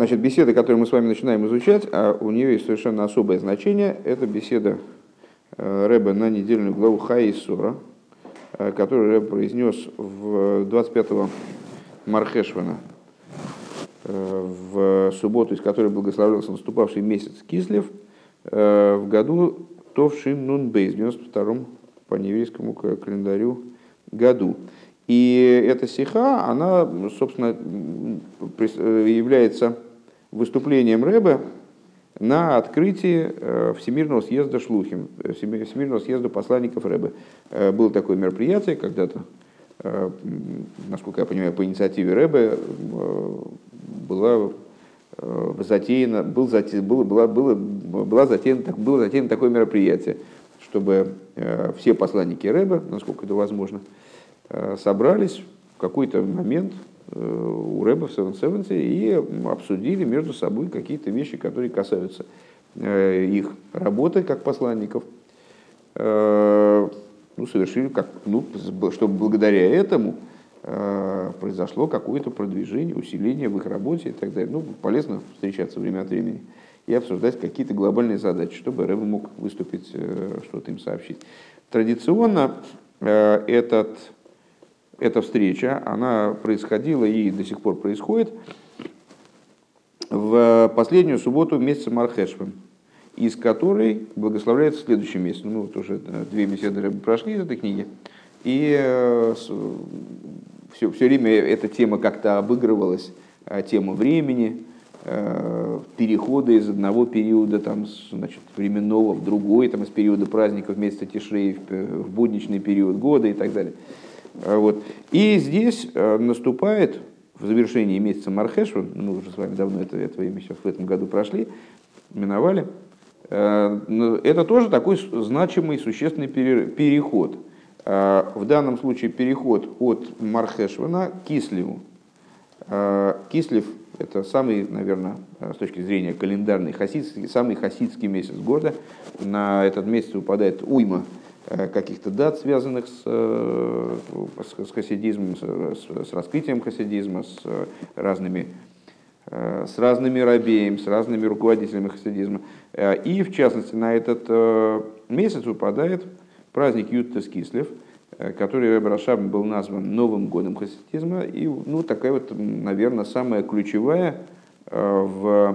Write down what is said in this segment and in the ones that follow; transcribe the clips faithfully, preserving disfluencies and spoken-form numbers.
Значит, беседа, которую мы с вами начинаем изучать, а у нее есть совершенно особое значение. Это беседа Ребе на недельную главу Хаисора, которую Ребе произнес в двадцать пятого Мархешвана, в субботу, из которой благословлялся наступавший месяц Кислев, в году Товшин Нун Бейс, в девяносто втором по нееврейскому календарю году. И эта сиха, она, собственно, является выступлением Ребе на открытии Всемирного съезда Шлухим, Всемирного съезда посланников Ребе. Было такое мероприятие когда-то, насколько я понимаю, по инициативе Ребе была затеяна, был затеян, было, было, было, было, затеяно, было затеяно такое мероприятие, чтобы все посланники Ребе, насколько это возможно, собрались в какой-то момент у Ребе в Севен Севенсе и обсудили между собой какие-то вещи, которые касаются их работы как посланников. Ну, совершили, как, ну, чтобы благодаря этому произошло какое-то продвижение, усиление в их работе и так далее. Ну, полезно встречаться время от времени и обсуждать какие-то глобальные задачи, чтобы Ребе мог выступить, что-то им сообщить. Традиционно этот Эта встреча, она происходила и до сих пор происходит в последнюю субботу месяца Мархешван, из которой благословляется следующий месяц. Ну, вот уже две беседы прошли из этой книги, и все, все время эта тема как-то обыгрывалась, тема времени, перехода из одного периода там, значит, временного в другой, там, из периода праздников месяца Тишрей в будничный период года и так далее. Вот. И здесь наступает в завершении месяца Мархешван, мы уже с вами давно это, это время сейчас в этом году прошли, миновали, это тоже такой значимый, существенный переход. В данном случае переход от Мархешвана к Кислеву. Кислев – это самый, наверное, с точки зрения календарной, хасидский, самый хасидский месяц года. На этот месяц выпадает уйма каких-то дат, связанных с, с хасидизмом, с, с раскрытием хасидизма, с разными, с разными рабеем, с разными руководителями хасидизма. И, в частности, на этот месяц выпадает праздник Ют-Тес Кислев, который Ребе Рашаб был назван Новым годом хасидизма. И, ну, такая вот, наверное, самая ключевая в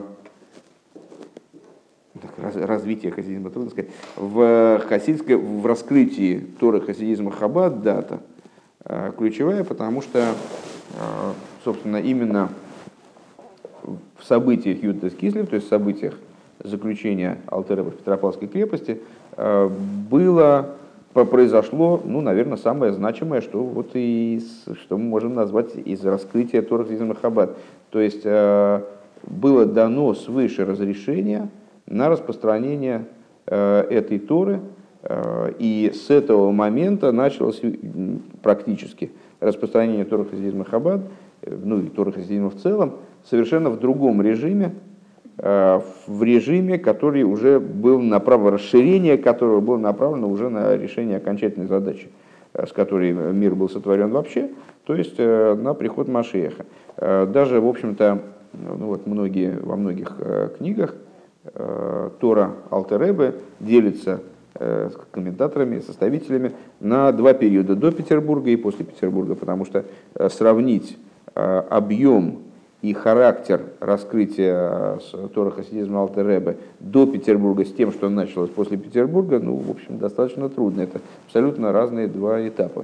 развитие хасидизма, трудно сказать, в, хасидской, в раскрытии Торы хасидизма Хаббат дата ключевая, потому что, собственно, именно в событиях Ют-Тес Кислев, то есть в событиях заключения Алтер Ребе в Петропавловской крепости, было, произошло, ну, наверное, самое значимое, что, вот и, что мы можем назвать из раскрытия Торы хасидизма Хаббат. То есть было дано свыше разрешение на распространение э, этой Торы, э, и с этого момента началось практически распространение Торы хасидизма Хаббат, э, ну и Торы хасидизма в целом, совершенно в другом режиме, э, в режиме, который уже был направлен, расширение которого было направлено уже на решение окончательной задачи, э, с которой мир был сотворен вообще, то есть э, на приход Машиаха. Э, даже, в общем-то, ну вот многие, во многих э, книгах Тора Алтер Ребе делится с комментаторами, составителями на два периода, до Петербурга и после Петербурга, потому что сравнить объем и характер раскрытия Тора хасидизма Алтер Ребе до Петербурга с тем, что началось после Петербурга, ну, в общем, достаточно трудно. Это абсолютно разные два этапа.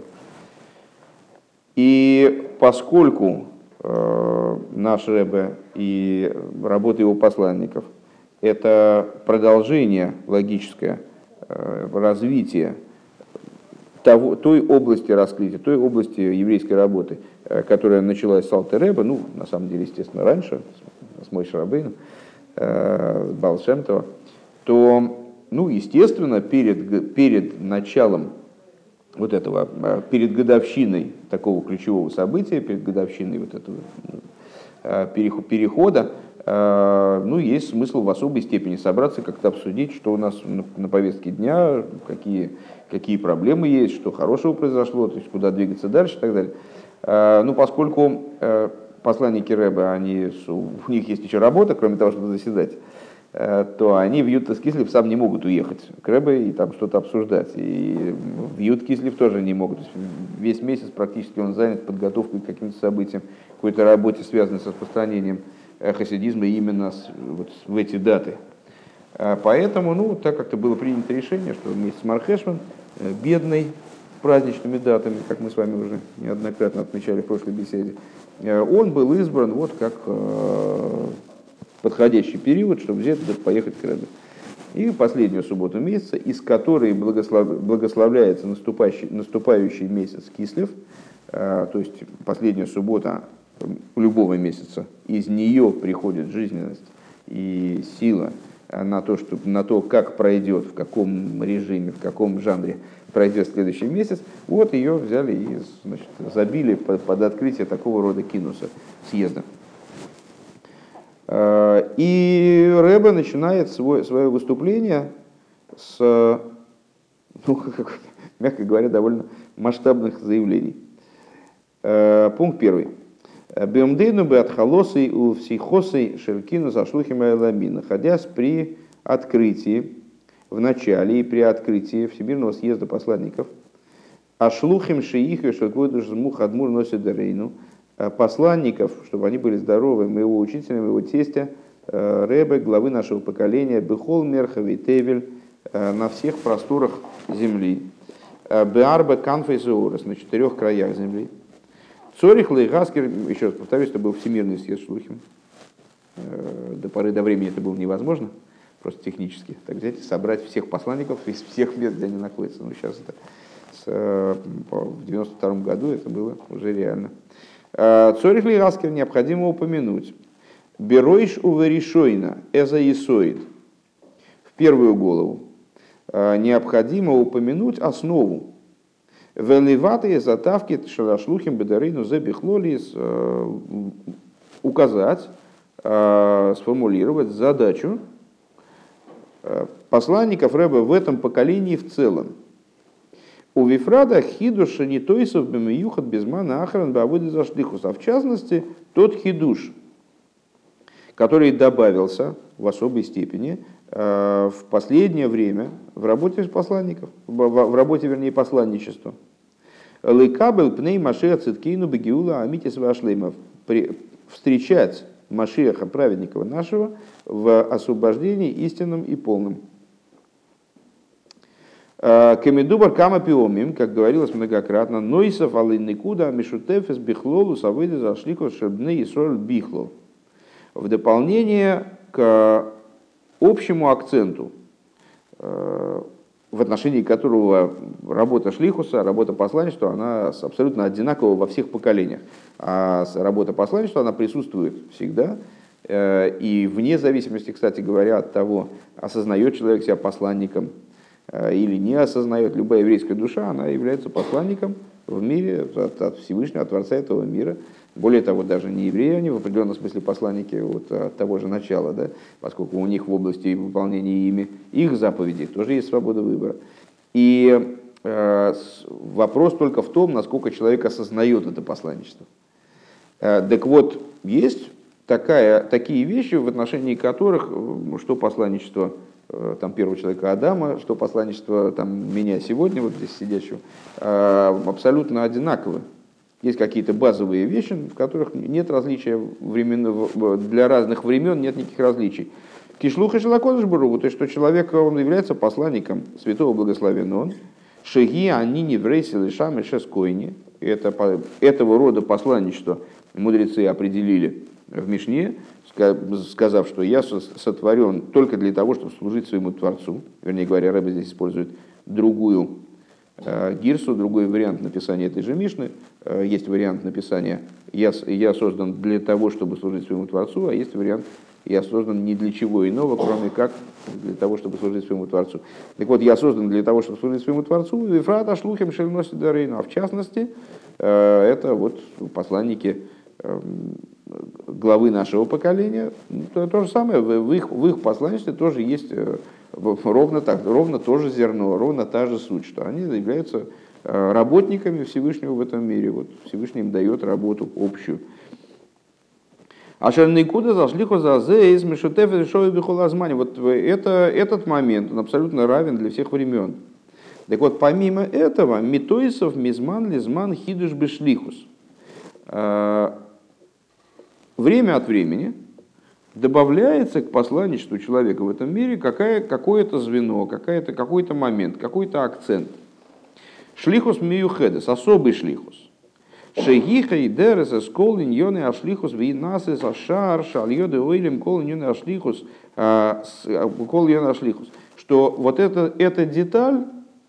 И поскольку наш Ребе и работа его посланников — это продолжение логическое развития того, той области раскрытия, той области еврейской работы, которая началась с Алтер Ребе, ну, на самом деле, естественно, раньше, с Моше Рабейну, Баал Шем Това, то, ну, естественно, перед, перед началом вот этого, перед годовщиной такого ключевого события, перед годовщиной вот этого перехода, ну, есть смысл в особой степени собраться, как-то обсудить, что у нас на повестке дня, какие, какие проблемы есть, что хорошего произошло, то есть куда двигаться дальше и так далее. Ну, поскольку посланники Рэбе, они, у них есть еще работа, кроме того, чтобы заседать, то они в Ютас Кислев сам не могут уехать к Рэбе и там что-то обсуждать. И в Ют Кислев тоже не могут. То есть весь месяц практически он занят подготовкой к каким-то событиям, какой-то работе, связанной с распространением хасидизма именно с, вот, в эти даты. Поэтому, ну, так как-то было принято решение, что вместе с Мархешван, бедной праздничными датами, как мы с вами уже неоднократно отмечали в прошлой беседе, он был избран вот как подходящий период, чтобы взять поехать к Рэбе. И последнюю субботу месяца, из которой благослов... благословляется наступающий, наступающий месяц Кислев, то есть последняя суббота любого месяца, из нее приходит жизненность и сила на то, что, на то, как пройдет, в каком режиме, в каком жанре пройдет следующий месяц, вот ее взяли и, значит, забили под, под открытие такого рода кинуса, съезда. И Рэбе начинает свой, свое выступление с, ну, как, мягко говоря, довольно масштабных заявлений. Пункт первый. Бемдейну бы отхолосой у всихосой шеркину зашлухим айлами, находясь при открытии, в начале и при открытии Всемирного съезда посланников, ашлухим шиих и шелквойдуш змух адмур носит дарейну, посланников, чтобы они были здоровы, моего учителя, моего тестя, Рэбе, главы нашего поколения, Бехол Мерхави Тевель, на всех просторах земли, Беарба Канфейсеорес, на четырех краях земли. Цорих Лейгаскер, еще раз повторюсь, это был Всемирный съезд Шлухим. До поры до времени это было невозможно, просто технически. Так взять и собрать всех посланников из всех мест, где они находятся. Но сейчас это с, в девяносто втором году это было уже реально. Цорих Лейгаскер необходимо упомянуть. Беройш уверишойна эза есоид. В первую голову необходимо упомянуть основу. Веливатые затавки шалашлухим бедарину забихлолис, указать, сформулировать задачу посланников Рэбе в этом поколении в целом. У Вифрада хидуша не тойсов бемиюхат безмана ахран баводи зашлихус, а в частности тот хидуш, который добавился в особой степени в последнее время в работе посланников, в работе, вернее, посланничества. Лыкабел пней Машеха циткейну бегиула амитис вашлеймов, встречать Машеха, праведника нашего, в освобождении истинным и полным. Камедубар кама пиомим, как говорилось многократно, нойсов алейникуда мишутефес бихлолу савыди зашлику шебны и соль бихлол. В дополнение к общему акценту, в отношении которого работа шлихуса, работа посланничества, она абсолютно одинакова во всех поколениях. А работа посланничества, она присутствует всегда. И вне зависимости, кстати говоря, от того, осознает человек себя посланником или не осознает, любая еврейская душа, она является посланником в мире от, от Всевышнего, от Творца этого мира. Более того, даже не евреи, они в определенном смысле посланники вот, от того же начала, да, поскольку у них в области выполнения ими их заповедей тоже есть свобода выбора. И э, вопрос только в том, насколько человек осознает это посланничество. Э, так вот, есть такая, такие вещи, в отношении которых, что посланничество э, там, первого человека Адама, что посланничество там, меня сегодня, вот здесь сидящего, э, абсолютно одинаковы. Есть какие-то базовые вещи, в которых нет различия времен, для разных времен нет никаких различий. Кишлуха шелакодыш баругу, то есть что человек он является посланником святого благословенного он. Шеги они не врейсили шам и шескойни. Это этого рода посланничество мудрецы определили в Мишне, сказав, что я сотворен только для того, чтобы служить своему Творцу. Вернее говоря, Рэбе здесь использует другую гирсу, другой вариант написания этой же Мишны. Есть вариант написания «я, я создан для того, чтобы служить своему Творцу», а есть вариант «я создан ни для чего иного, кроме как для того, чтобы служить своему Творцу». Так вот, я создан для того, чтобы служить своему Творцу, и фрата шлухим шельносит дарейну. А в частности, это вот посланники главы нашего поколения. То, то же самое, в их, в их посланничестве тоже есть ровно так, ровно то же зерно, ровно та же суть, что они являются работниками Всевышнего в этом мире. Вот Всевышний им дает работу общую. А шерникуда зашли хозазе из мишутеф и шоу бихолазмани. Вот это, этот момент, он абсолютно равен для всех времен. Так вот, помимо этого, митоисов мизман лизман хидуш бешлихус. Время от времени добавляется к посланничеству человека в этом мире какая, какое-то звено, какая-то, какой-то момент, какой-то акцент. Шлихус миюхедес, особый шлихус. Шегиха и дерес эскол иньоны ашлихус винасес ашар шальёды ойлем кол иньоны ашлихус кол иньоны ашлихус. Что вот это, эта деталь,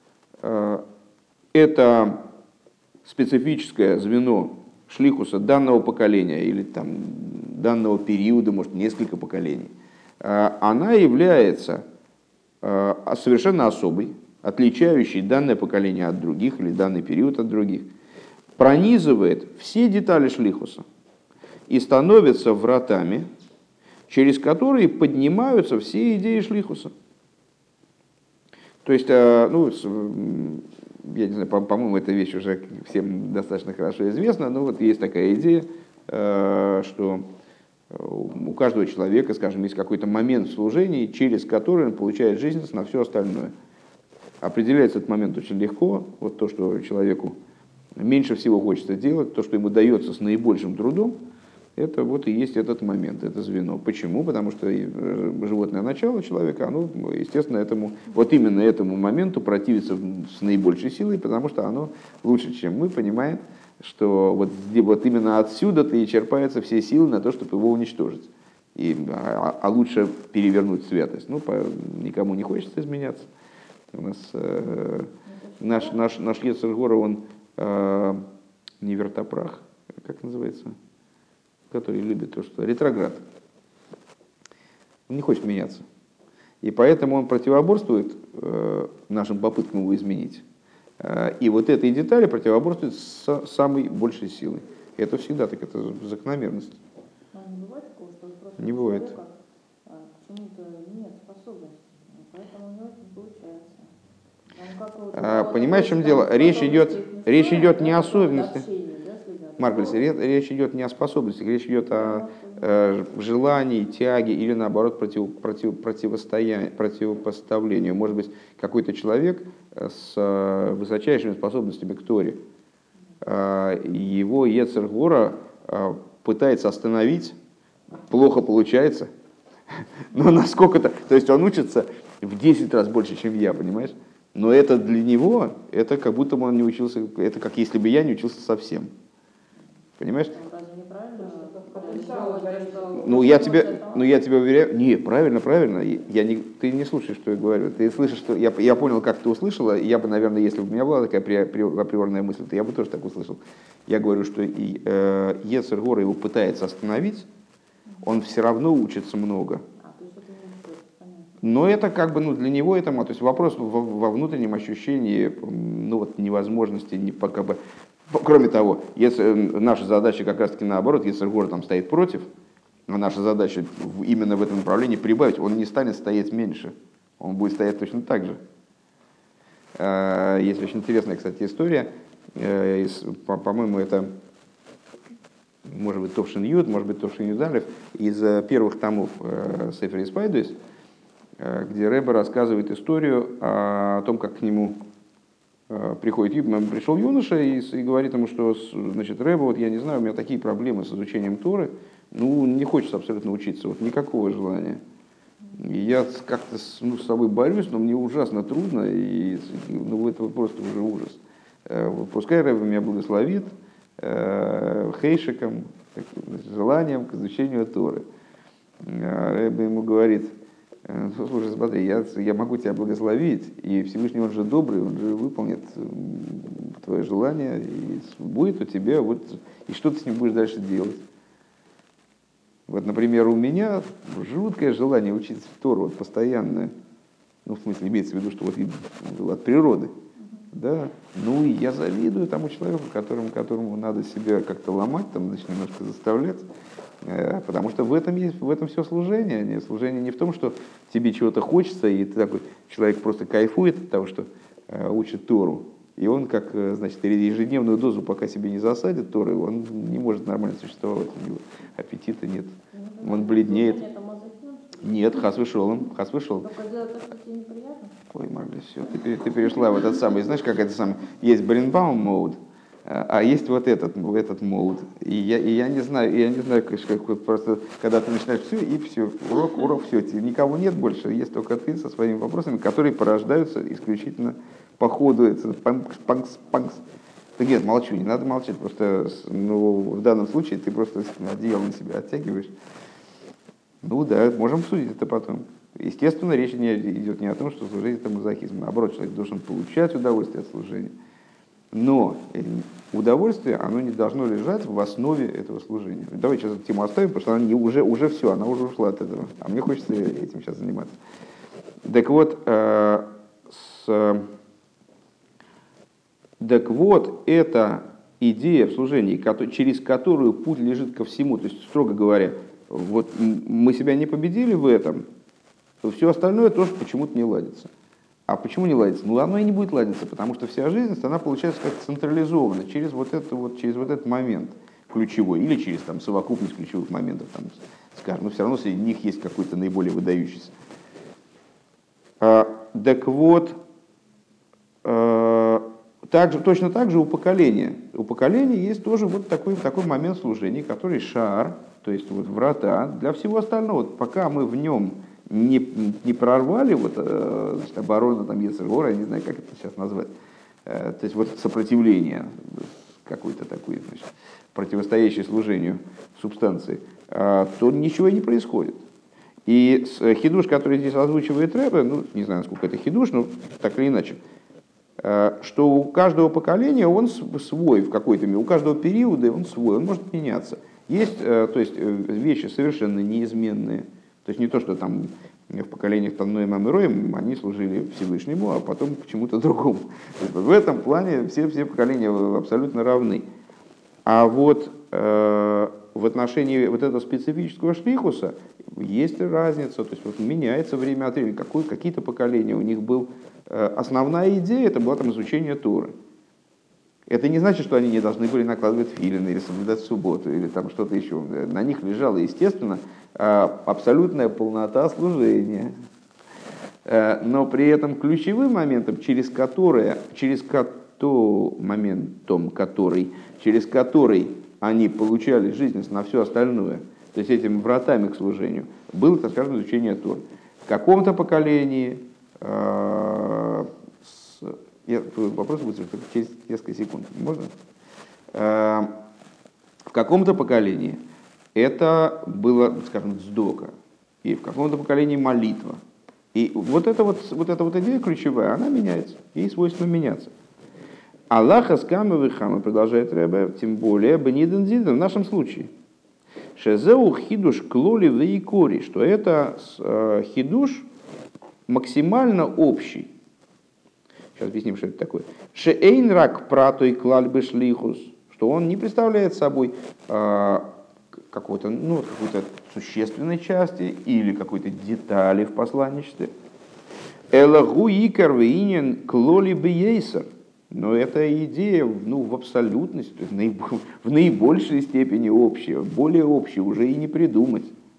это специфическое звено шлихуса данного поколения или там, данного периода, может, несколько поколений, она является совершенно особой, отличающей данное поколение от других или данный период от других, пронизывает все детали шлихуса и становится вратами, через которые поднимаются все идеи шлихуса. То есть, ну, я не знаю, по-моему, эта вещь уже всем достаточно хорошо известна, но вот есть такая идея, что у каждого человека, скажем, есть какой-то момент в служении, через который он получает жизненность на все остальное. Определяется этот момент очень легко, вот то, что человеку меньше всего хочется делать, то, что ему дается с наибольшим трудом, это вот и есть этот момент, это звено. Почему? Потому что животное начало человека, оно, естественно, этому, вот именно этому моменту противится с наибольшей силой, потому что оно лучше, чем мы, понимает, что вот, вот именно отсюда-то и черпаются все силы на то, чтобы его уничтожить. И, а, а лучше перевернуть святость. Ну, по, никому не хочется изменяться. У нас э, наш, наш, наш Йецер Гора, он э, не вертопрах, как называется, который любит то, что ретроград. Он не хочет меняться. И поэтому он противоборствует э, нашим попыткам его изменить. Э, и вот этой детали противоборствует с самой большей силой. Это всегда так, это закономерность. Но не бывает такого, что просто не бывает. Человека, а, почему-то нет способности, поэтому у него это не получается. А, понимаешь, в чем дело? Речь идет, речь идет не о особенности. Марк, речь идет не о способности, речь идет о э, желании, тяге или наоборот против, против, противопоставлению. Может быть, какой-то человек с э, высочайшими способностями к Торе, э, его Йецер Гора э, пытается остановить, плохо получается, но насколько-то, то есть он учится в десять раз больше, чем я, понимаешь? Но это для него, это как будто бы он не учился, это как если бы я не учился совсем. Понимаешь? Ну я тебе, ну я тебе уверяю, не, правильно, правильно. Я не, ты не слушаешь, что я говорю. Ты слышишь, что я, я понял, как ты услышала. И я бы, наверное, если бы у меня была такая априорная мысль, то я бы тоже так услышал. Я говорю, что и э, Йецер Гора его пытается остановить, он все равно учится много. Но это как бы, ну, для него это, то есть вопрос во, во внутреннем ощущении, ну, вот, невозможности, не, как бы, кроме того, если наша задача как раз-таки наоборот, если Гора там стоит против, но наша задача именно в этом направлении прибавить, он не станет стоять меньше, он будет стоять точно так же. Есть очень интересная, кстати, история, по-моему, это, может быть, Товшин Юд, может быть, Товшин Юдалев, из первых томов Сефер Испайдуис, где Ребе рассказывает историю о том, как к нему приходит, пришел юноша и, и говорит ему, что, значит, Ребе, вот я не знаю, у меня такие проблемы с изучением Торы, ну, не хочется абсолютно учиться, вот никакого желания. И я как-то ну, с собой борюсь, но мне ужасно трудно, и ну, это просто уже ужас. Пускай Ребе меня благословит хейшиком, желанием к изучению Торы. Ребе ему говорит: слушай, смотри, я, я могу тебя благословить, и Всевышний, он же добрый, он же выполнит твое желание, и будет у тебя, вот, и что ты с ним будешь дальше делать. Вот, например, у меня жуткое желание учиться в Тору, вот, постоянное, ну, в смысле, имеется в виду, что вот от природы, да, ну, и я завидую тому человеку, которому, которому надо себя как-то ломать, там, значит, немножко заставлять. Потому что в этом, есть, в этом все служение. Служение не в том, что тебе чего-то хочется, и ты такой человек просто кайфует от того, что э, учит Тору. И он, как, значит, ежедневную дозу, пока себе не засадит Торы, он не может нормально существовать, у него аппетита нет, он бледнеет. Нет, хас вышел, хас вышел. Только делать то, что тебе неприятно. Ой, Магда, все, ты, ты перешла в этот самый, знаешь, как это самое, есть бринбаум мод, а есть вот этот, этот мод. И я, и я не знаю, я не знаю, как, как просто, когда ты начинаешь все, и все, урок, урок, все, никого нет больше, есть только ты со своими вопросами, которые порождаются исключительно по ходу, это панкс, панкс, панкс. Да нет, молчу, не надо молчать, просто, ну, в данном случае ты просто одеяло на себя оттягиваешь. Ну да, можем обсудить это потом. Естественно, речь не идет не о том, что служение это мазохизм. Наоборот, человек должен получать удовольствие от служения. Но удовольствие, оно не должно лежать в основе этого служения. Давай сейчас эту тему оставим, потому что она не, уже, уже все, она уже ушла от этого. А мне хочется этим сейчас заниматься. Так вот, э, с, так вот, это идея в служении, через которую путь лежит ко всему, то есть, строго говоря, вот мы себя не победили в этом, то все остальное тоже почему-то не ладится. А почему не ладится? Ну, оно и не будет ладиться, потому что вся жизнь, она получается как централизована через вот, это вот, через вот этот момент ключевой, или через там, совокупность ключевых моментов, там, скажем, но все равно среди них есть какой-то наиболее выдающийся. А, так вот, а, также, точно так же у поколения. У поколения есть тоже вот такой, такой момент служения, который шар, то есть вот врата для всего остального. Пока мы в нем не, не прорвали вот, значит, оборону там, Ецер-Гора, я не знаю, как это сейчас назвать, то есть вот сопротивление какой-то такой, значит, противостоящей служению субстанции, то ничего и не происходит. И хидуш, который здесь озвучивает Ребе, ну, не знаю, насколько это хидуш, но так или иначе, что у каждого поколения он свой в какой-то мере, у каждого периода он свой, он может меняться. Есть, то есть, вещи совершенно неизменные. То есть не то, что там в поколениях Танноем и Роем они служили Всевышнему, а потом почему-то другому. В этом плане все, все поколения абсолютно равны. А вот э, в отношении вот этого специфического шлихуса есть разница. То есть вот меняется время от времени. Какой, какие-то поколения у них был... Э, основная идея это была там изучение Торы. Это не значит, что они не должны были накладывать филин или соблюдать субботу или там что-то еще. На них лежала, естественно, абсолютная полнота служения. Но при этом ключевым моментом, через который, через который, моментом который, через который они получали жизненность на все остальное, то есть этими вратами к служению, было, так скажем, изучение Торы. В каком-то поколении... Я, вопрос будет через несколько секунд. Можно? В каком-то поколении это было, скажем, цдока, и в каком-то поколении молитва. И вот эта вот, вот, эта вот идея ключевая, она меняется, ей свойственно меняться. Аллаха с камы вихама, продолжает Ребе, тем более бениден зиден в нашем случае. Шезеу хидуш клоли вейкори, что это хидуш максимально общий. Сейчас объясним, что это такое. Шеэйн рак пратой клальбы шлихус, что он не представляет собой э, какой-то, ну, какой-то существенной части или какой-то детали в посланничестве. Элагу икар вейнен клоли бейсер. Но эта идея, ну, в абсолютности, то есть в наибольшей степени общая, более общая уже и не придумать.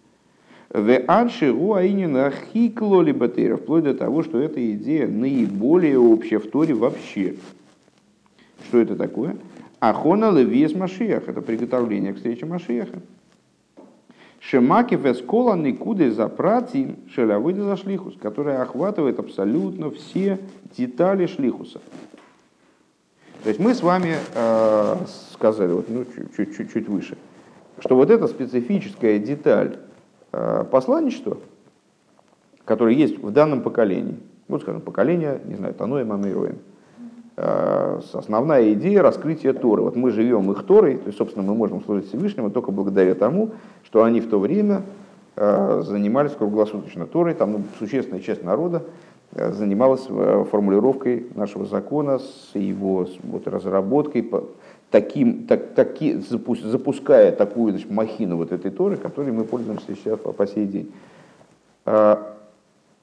Вплоть до того, что эта идея наиболее общая в Торе вообще. Что это такое? Ахона левиес Машиах. Это приготовление к встрече Машиаха. Шемаки вескола никуды за пратин шелявыды за шлихус, которая охватывает абсолютно все детали шлихуса. То есть мы с вами э, сказали, вот, ну, чуть-чуть, чуть выше, что вот эта специфическая деталь посланничество, которое есть в данном поколении, вот, скажем, поколение, не знаю, Таноем, Амироем, основная идея раскрытия Торы. Вот мы живем их Торой, то есть, собственно, мы можем служить Всевышнему только благодаря тому, что они в то время занимались круглосуточно Торой, там ну, существенная часть народа занималась формулировкой нашего закона, с его вот, разработкой, таким, так, таки, запуская такую, значит, махину вот этой Торы, которой мы пользуемся сейчас по, по сей день.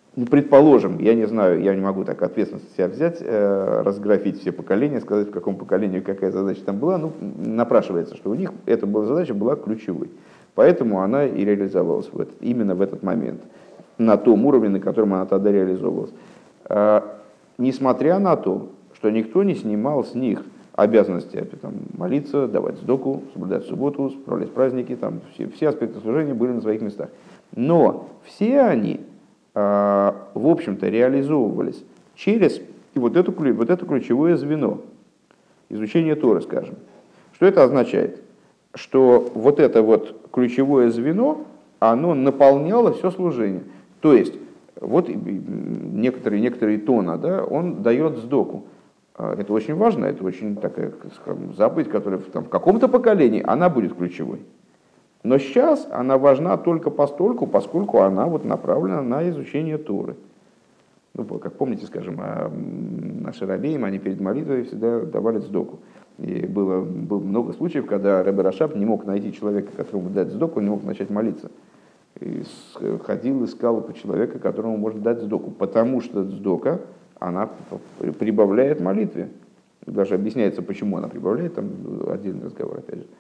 ну, предположим, я не знаю, я не могу так ответственность себя взять, э, разграфить все поколения, сказать, в каком поколении какая задача там была. Ну, напрашивается, что у них эта была задача была ключевой. Поэтому она и реализовалась в этот, именно в этот момент, на том уровне, на котором она тогда реализовывалась. Э, несмотря на то, что никто не снимал с них обязанности там, молиться, давать сдоку, соблюдать субботу, справлять праздники, там, все, все аспекты служения были на своих местах. Но все они, в общем-то, реализовывались через и вот, эту, вот это ключевое звено, изучение Торы, скажем. Что это означает? Что вот это вот ключевое звено, оно наполняло все служение. То есть, вот некоторые, некоторые тона, да, он дает сдоку. Это очень важно, это очень такая, скажем, заповедь, которая там, в каком-то поколении, она будет ключевой. Но сейчас она важна только постольку, поскольку она вот направлена на изучение Торы. Ну, как помните, скажем, наши рабеим, они перед молитвой всегда давали сдоку. И было, было много случаев, когда Ребе Рашаб не мог найти человека, которому дать сдоку, не мог начать молиться. И ходил, искал по человека, которому можно дать сдоку. Потому что сдока, она прибавляет молитве. Даже объясняется, почему она прибавляет, там отдельный разговор, опять же.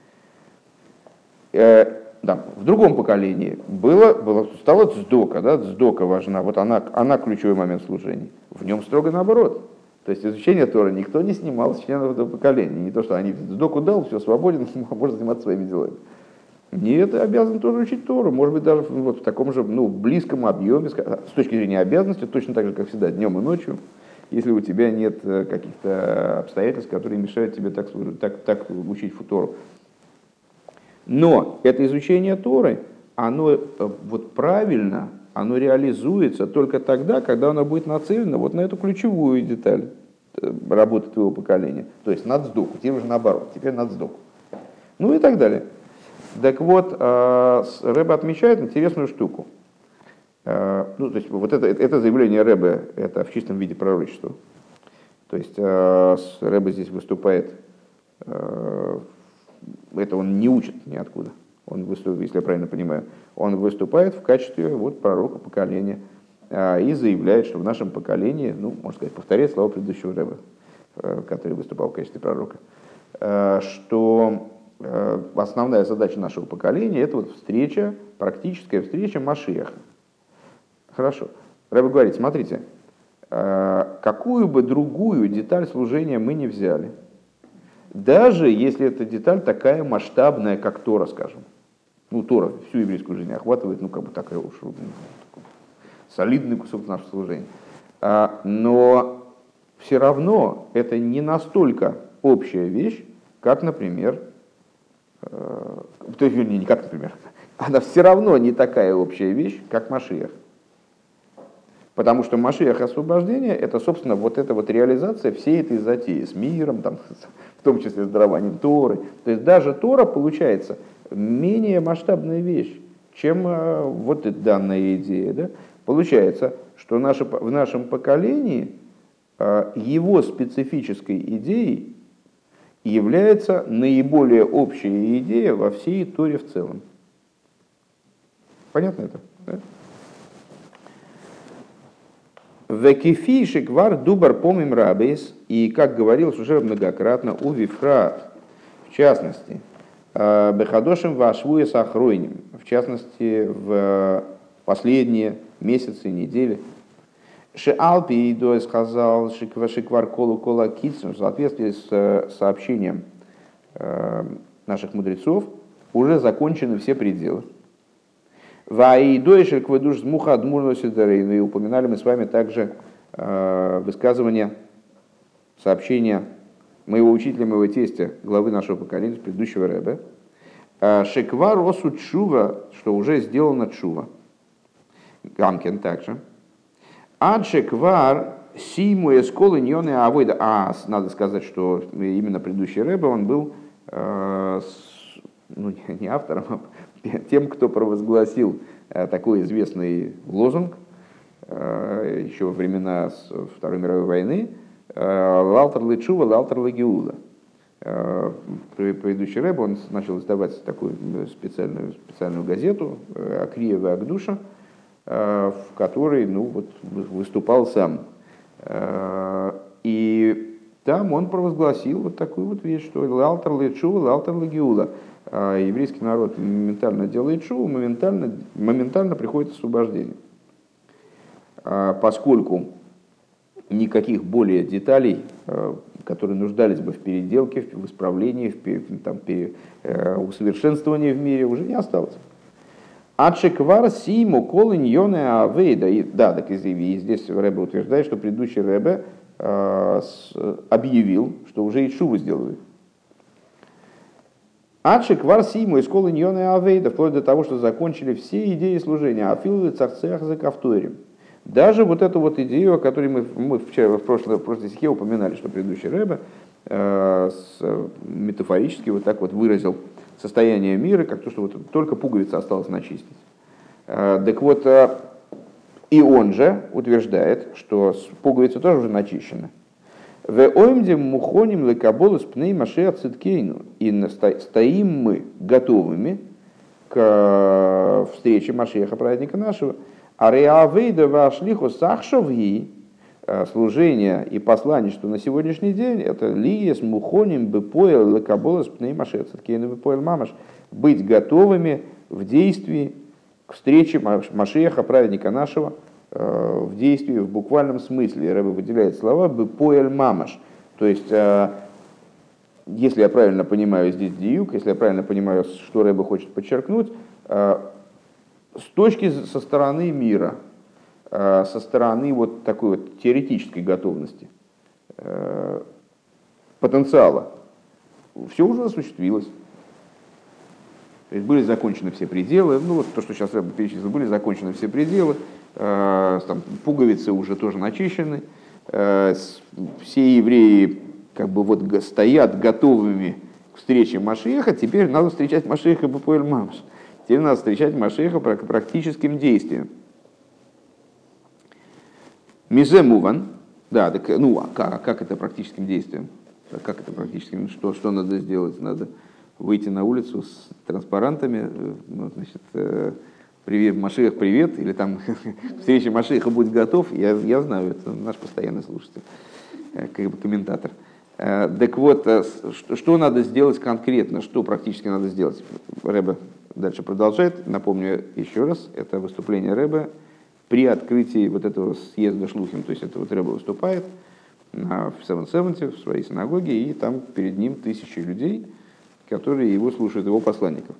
Да, в другом поколении было, было, стала цдока, да, цдока важна, вот она, она ключевой момент служения. В нем строго наоборот. То есть изучение Торы никто не снимал с членов этого поколения. Не то, что они цдоку дал, все, свободен, можно заниматься своими делами. Нет, обязан тоже учить Тору, может быть, даже вот в таком же ну, близком объеме, с точки зрения обязанности, точно так же, как всегда, днем и ночью, если у тебя нет каких-то обстоятельств, которые мешают тебе так, так, так учить Тору. Но это изучение Торы, оно вот правильно, оно реализуется только тогда, когда оно будет нацелено вот на эту ключевую деталь работы твоего поколения. То есть над сдоку, теперь уже наоборот, теперь над сдоку. Ну и так далее. Так вот, Ребе отмечает интересную штуку. Ну, то есть вот это, это заявление Ребе, это в чистом виде пророчества. То есть Ребе здесь выступает, это он не учит ниоткуда, он выступает, если я правильно понимаю, он выступает в качестве вот, пророка поколения и заявляет, что в нашем поколении, ну, можно сказать, повторяет слова предыдущего Ребе, который выступал в качестве пророка, что основная задача нашего поколения — это вот встреча, практическая встреча Машиаха. Хорошо. Ребе говорит, смотрите, какую бы другую деталь служения мы не взяли, даже если эта деталь такая масштабная, как Тора, скажем. Ну, Тора всю еврейскую жизнь охватывает, ну, как бы такая уж ну, солидный кусок нашего служения. Но все равно это не настолько общая вещь, как, например, то есть, не как, например, она все равно не такая общая вещь, как Машиах. Потому что Машиах освобождения — это, собственно, вот эта вот реализация всей этой затеи с миром, там, в том числе с дарованием Торы. То есть даже Тора получается менее масштабная вещь, чем вот эта данная идея. Да? Получается, что наше, в нашем поколении его специфической идеей является наиболее общая идея во всей Торе в целом. Понятно это? Да? Векифишек вар дубар помим рабейс, и, как говорилось уже многократно, у Вифрат, в частности, бехадошим вашвуя сахройним, в частности, в последние месяцы, недели, шеалпи идой сказал шиквар колу кола китсом, в соответствии с сообщением наших мудрецов, уже закончены все пределы. И упоминали мы с вами также э, высказывание, сообщение моего учителя, моего тестя, главы нашего поколения, предыдущего Ребе, Шеквар осу чува, что уже сделано чува. Гамкен также. Ад шеквар симу эсколы ньоны авойда. А, надо сказать, что именно предыдущий Ребе, он был э, с, ну, не автором, а тем, кто провозгласил такой известный лозунг еще во времена Второй мировой войны «Лалтер лечува, лалтер лагиула». Предыдущий рэб, он начал издавать такую специальную, специальную газету «Акриева Агдуша», в которой ну, вот, выступал сам. И там он провозгласил вот такую вот вещь, что «Лалтер лечу, лалтер лагиула». Еврейский народ моментально делает шоу, моментально, моментально приходит освобождение. Поскольку никаких более деталей, которые нуждались бы в переделке, в исправлении, в там, усовершенствовании в мире, уже не осталось. Ачеквар симу колын йоне авейда. Да, так и здесь Ребе утверждает, что предыдущий Ребе объявил, что уже и шуву сделали. Ачеквар симу из колын йоне авейда, вплоть до того, что закончили все идеи служения. Афилы царцех за кавторим. Даже вот эту вот идею, о которой мы, мы вчера в прошлой, в прошлой стихе упоминали, что предыдущий Ребе э, метафорически вот так вот выразил состояние мира, как то, что вот только пуговица осталась начистить. Э, так вот, э, и он же утверждает, что пуговица тоже уже начищена. В оймдем мухоним лекаболус пней машея циткейну. И стоим мы готовыми к встрече Машеха, праведника нашего. А реавейда вашлиху сахшовги, служение и посланничество на сегодняшний день, это лиес мухоним бепоэл лекаболас пней машея циткейну бепоэл мамаш. Быть готовыми в действии к встрече Машеха, праведника нашего, в действии в буквальном смысле. Ребе выделяет слова бепоэл мамаш. То есть, если я правильно понимаю здесь диюк, если я правильно понимаю, что Ребе хочет подчеркнуть, с точки со стороны мира, со стороны вот такой вот теоретической готовности, потенциала, все уже осуществилось. То есть были закончены все пределы, ну вот то, что сейчас Ребе перечислил, были закончены все пределы, там, пуговицы уже тоже начищены, все евреи как бы вот стоят готовыми к встрече Машеха, теперь надо встречать Машеха бепоэль мамаш. Теперь надо встречать Машеха практическим действием. Мизе муван. Да, так, ну а как, как это практическим действием? Как это практическим? Что, что надо сделать? Надо выйти на улицу с транспарантами, ну, значит, привет, Машех, привет, или там встреча Машеха, будь готов. Я, я знаю, это наш постоянный слушатель, как бы комментатор. Так вот, что надо сделать конкретно, что практически надо сделать? Ребе дальше продолжает. Напомню еще раз, это выступление Ребе при открытии вот этого съезда шлухим. То есть это вот Ребе выступает на, в семь семьдесят в своей синагоге, и там перед ним тысячи людей, которые его слушают, его посланников.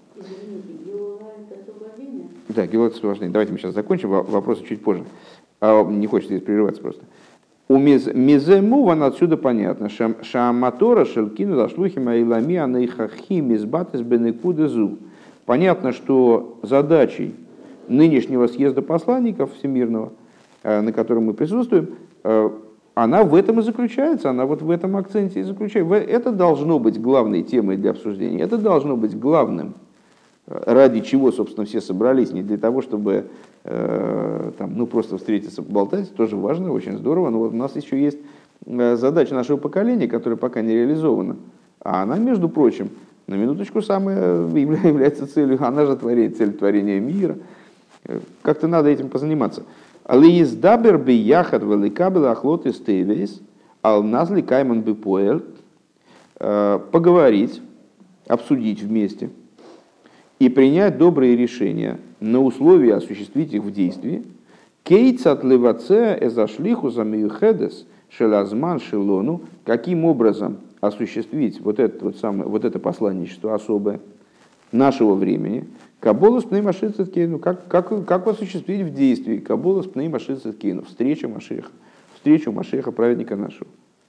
Да, Геула это освобождение. Давайте мы сейчас закончим, вопросы чуть позже. А, не хочется здесь прерываться просто. У миземуван отсюда понятно. Шаматора шелкину зашлухим айлами анайхахи мизбатес бенекудезу. Понятно, что задачей нынешнего съезда посланников всемирного, на котором мы присутствуем, она в этом и заключается, она вот в этом акценте и заключается. Это должно быть главной темой для обсуждения, это должно быть главным, ради чего, собственно, все собрались, не для того, чтобы э, там, ну, просто встретиться, поболтать, тоже важно, очень здорово, но вот у нас еще есть задача нашего поколения, которая пока не реализована, а она, между прочим, на минуточку самая является целью, она же творит цель творения мира. Как-то надо этим позаниматься. Алииздабер би яхад великабел ахлот из тевис, ал назли кайман би поэль, поговорить, обсудить вместе и принять добрые решения на условии осуществить их в действии. Кейцат леваце эзашлиху замиюхедес шелазман шелону, каким образом осуществить вот это, вот самое, вот это посланничество особое нашего времени. Каболус пнеймашицеткейну, как, как, как осуществить в действии Каболус пнеймашицеткейну, встречу Машеха, встречу Машеха, праведника нашего.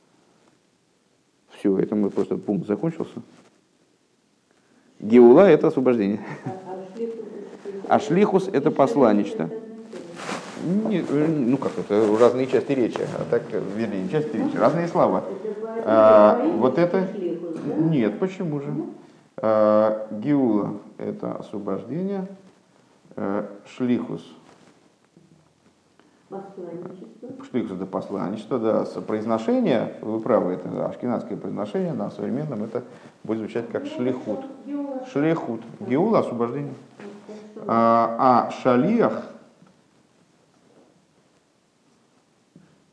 Все, это мы просто пункт закончился. Геула — это освобождение. А шлихус — это посланничество. Не, ну как это, разные части речи, а так, вернее, не части речи, разные слова. А, вот это, нет, почему же? А, геула — это освобождение, а, шлихус. Шлихус — это посланничество, да, произношение, вы правы, это ашкеназское произношение, на современном это будет звучать как шлихут. Шлихут. Геула — освобождение. А, а шалиах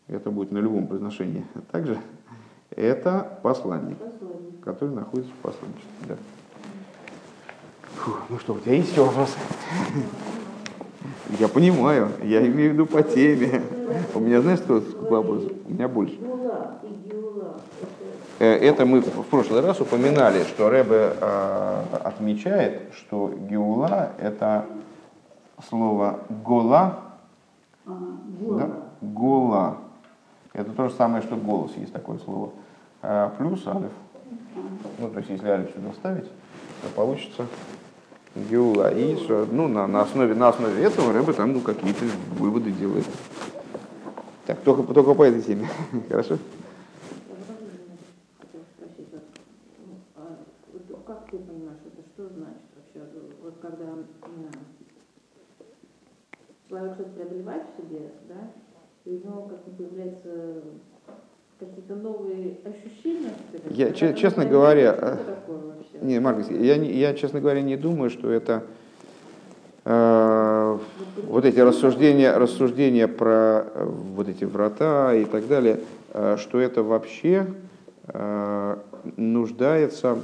это будет на любом произношении также, это посланник, Посланник. который находится в посланничестве. Да. Фу, ну что, у тебя есть еще вопросы? Я понимаю, я имею в виду по теме. У меня, знаешь, что вопрос? У меня больше. Гула и геула. Это мы в прошлый раз упоминали, что Ребе э, отмечает, что геула — это слово гола. А, гула. Да? Гола. Это то же самое, что голос, есть такое слово. А плюс алиф. Ну, то есть, если алиф сюда вставить, то получится геула. И ну, на, на, основе, на основе этого Ребе там ну, какие-то выводы делает. Так, только, только по этой теме. Хорошо? Как ты понимаешь, это что значит вообще? Вот когда человек что-то преодолевает в себе, да, и у него как-то появляются какие-то новые ощущения. Я, че, честно говоря, что не, Маркус, я, я, честно говоря, не думаю, что это э, вот эти рассуждения, рассуждения про э, вот эти врата и так далее, э, что это вообще э, нуждается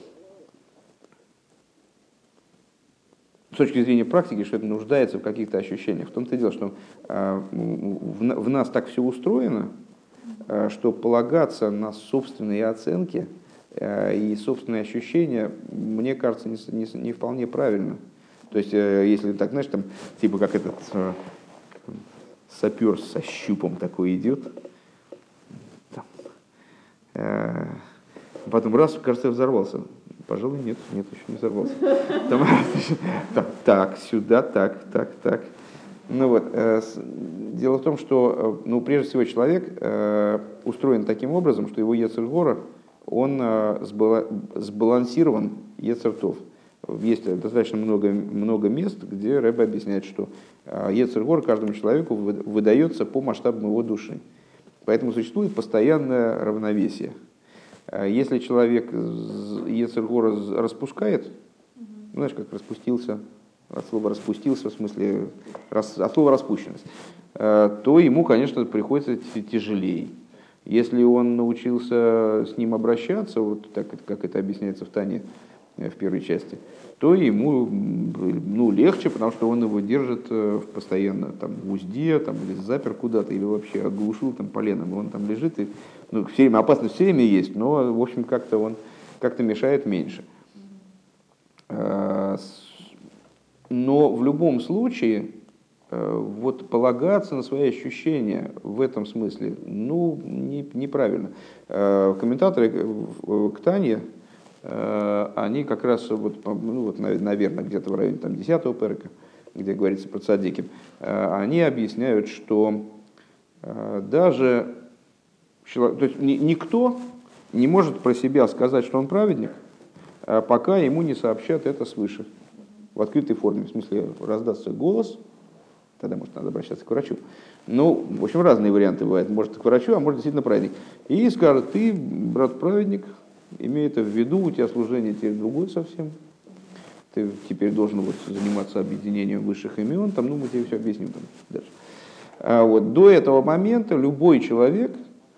с точки зрения практики, что это нуждается в каких-то ощущениях. В том-то и дело, что э, в, в нас так все устроено, э, что полагаться на собственные оценки э, и собственные ощущения, мне кажется, не, не, не вполне правильно. То есть, э, если так, знаешь, там, типа как этот э, сапер со щупом такой идет, там, э, потом раз, кажется, взорвался. Пожалуй, нет, нет, еще не взорвался. Там, так, так, сюда, так, так, так. Ну вот, э, с, дело в том, что, ну, прежде всего, человек э, устроен таким образом, что его йецер гора, он э, сбала, сбалансирован йецер тов. Есть достаточно много, много мест, где Ребе объясняет, что э, йецер гора каждому человеку выдается по масштабам его души. Поэтому существует постоянное равновесие. Если человек йецер гора распускает, ну, знаешь, как распустился, от слова распустился, в смысле, от слова распущенность, то ему, конечно, приходится тяжелее. Если он научился с ним обращаться, вот так, как это объясняется в Тане в первой части, то ему ну, легче, потому что он его держит постоянно там, в узде, там, или запер куда-то, или вообще оглушил там, поленом, и он там лежит, и ну, все время, опасность все время есть, но, в общем, как-то он как-то мешает меньше. Но в любом случае, вот полагаться на свои ощущения в этом смысле, ну, не, неправильно. Комментаторы к Тане, они как раз, вот, ну, вот, наверное, где-то в районе там, десятого перека, где говорится про цадиким, они объясняют, что даже то есть, никто не может про себя сказать, что он праведник, пока ему не сообщат это свыше, в открытой форме. В смысле, раздастся голос, тогда, может, надо обращаться к врачу. Ну, в общем, разные варианты бывают. Может, к врачу, а может, действительно праведник. И скажет, ты, брат, праведник, имей это в виду, у тебя служение теперь другое совсем. Ты теперь должен вот заниматься объединением высших имен, там, ну, мы тебе все объясним там дальше. А вот до этого момента любой человек,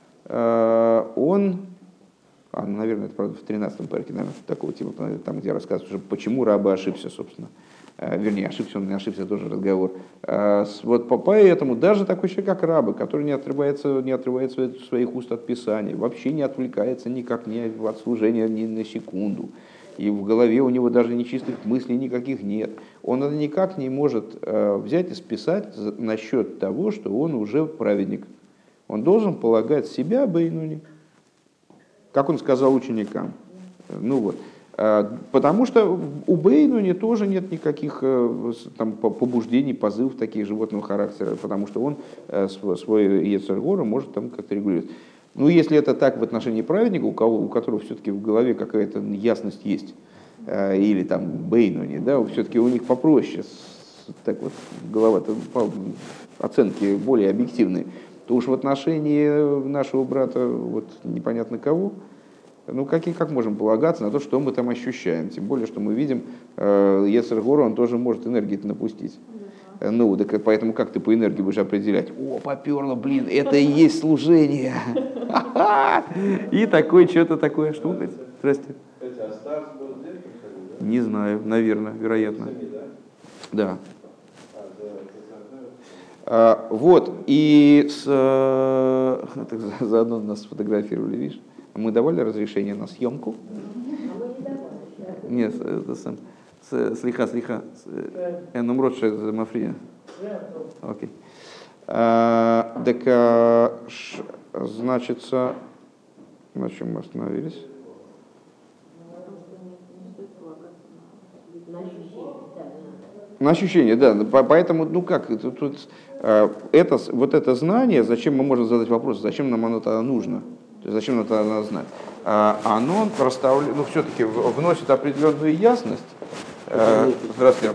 он, а, наверное, это правда в тринадцатом парке, наверное, такого типа, там, где рассказывают, уже, почему Раба ошибся, собственно. Вернее, ошибся он, не ошибся, тоже разговор. Вот поэтому даже такой человек, как Раба, который не отрывается, не отрывается своих уст от Писания, вообще не отвлекается никак ни от служения ни на секунду, и в голове у него даже нечистых мыслей никаких нет, он это никак не может взять и списать насчет того, что он уже праведник. Он должен полагать себя бейнуни, как он сказал ученикам. Ну вот. Потому что у бейнуни тоже нет никаких там, побуждений, позывов таких животного характера, потому что он свой йецер гора может там как-то регулировать. Ну, если это так в отношении праведника, у, кого, у которого все-таки в голове какая-то ясность есть, или там бейнуни, да, все-таки у них попроще, так вот, голова-то, оценки более объективные, то уж в отношении нашего брата вот, непонятно кого, ну как, и как можем полагаться на то, что мы там ощущаем? Тем более, что мы видим, йецер гора, он тоже может энергии напустить. Ну, так поэтому как ты по энергии будешь определять? О, поперло, блин, это и есть служение. И такое, что-то такое, что? Здрасте. Не знаю, наверное, вероятно. Да. А, вот, и с, так, заодно нас сфотографировали, видишь? Мы давали разрешение на съемку? Нет, это сам. Слиха, слиха. Эном Ротше Мафрия. Окей. Так, значит, на чем мы остановились? На ощущение, да. Поэтому, ну как, тут, тут, это, вот это знание, зачем мы можем задать вопрос, зачем нам оно тогда нужно? То есть зачем нам это надо знать? Оно расставляет, ну все-таки вносит определенную ясность. Здравствуйте.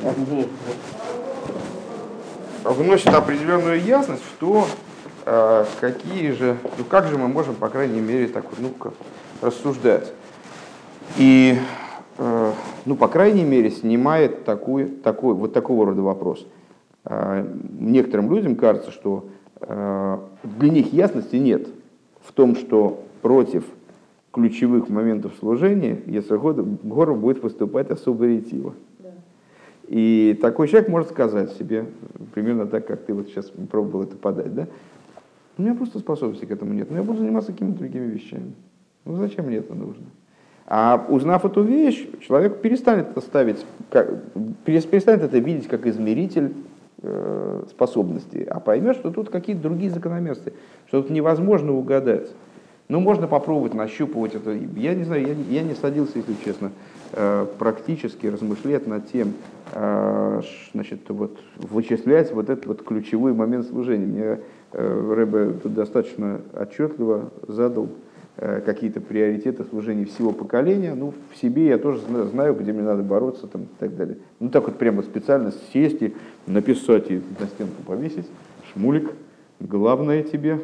Вносит определенную ясность в то, какие же, ну как же мы можем, по крайней мере, так вот, ну как, рассуждать. И ну, по крайней мере, снимает такой, такой, вот такого рода вопрос. Некоторым людям кажется, что для них ясности нет в том, что против ключевых моментов служения Ецер-Гора будет выступать особо ретиво. Да. И такой человек может сказать себе, примерно так, как ты вот сейчас пробовал это подать, да? У меня просто способности к этому нет, но я буду заниматься какими-то другими вещами. Ну зачем мне это нужно? А узнав эту вещь, человек перестанет это ставить, перестанет это видеть как измеритель э, способностей, а поймет, что тут какие-то другие закономерности, что тут невозможно угадать. Ну, можно попробовать нащупывать это. Я не знаю, я, я не садился, если честно, э, практически размышлять над тем, э, значит, вот, вычислять вот этот вот ключевой момент служения. Мне э, Ребе тут достаточно отчетливо задал какие-то приоритеты служения всего поколения, ну, в себе я тоже знаю, где мне надо бороться там, и так далее. Ну, так вот прямо специально сесть и написать и на стенку повесить. Шмулик, главное тебе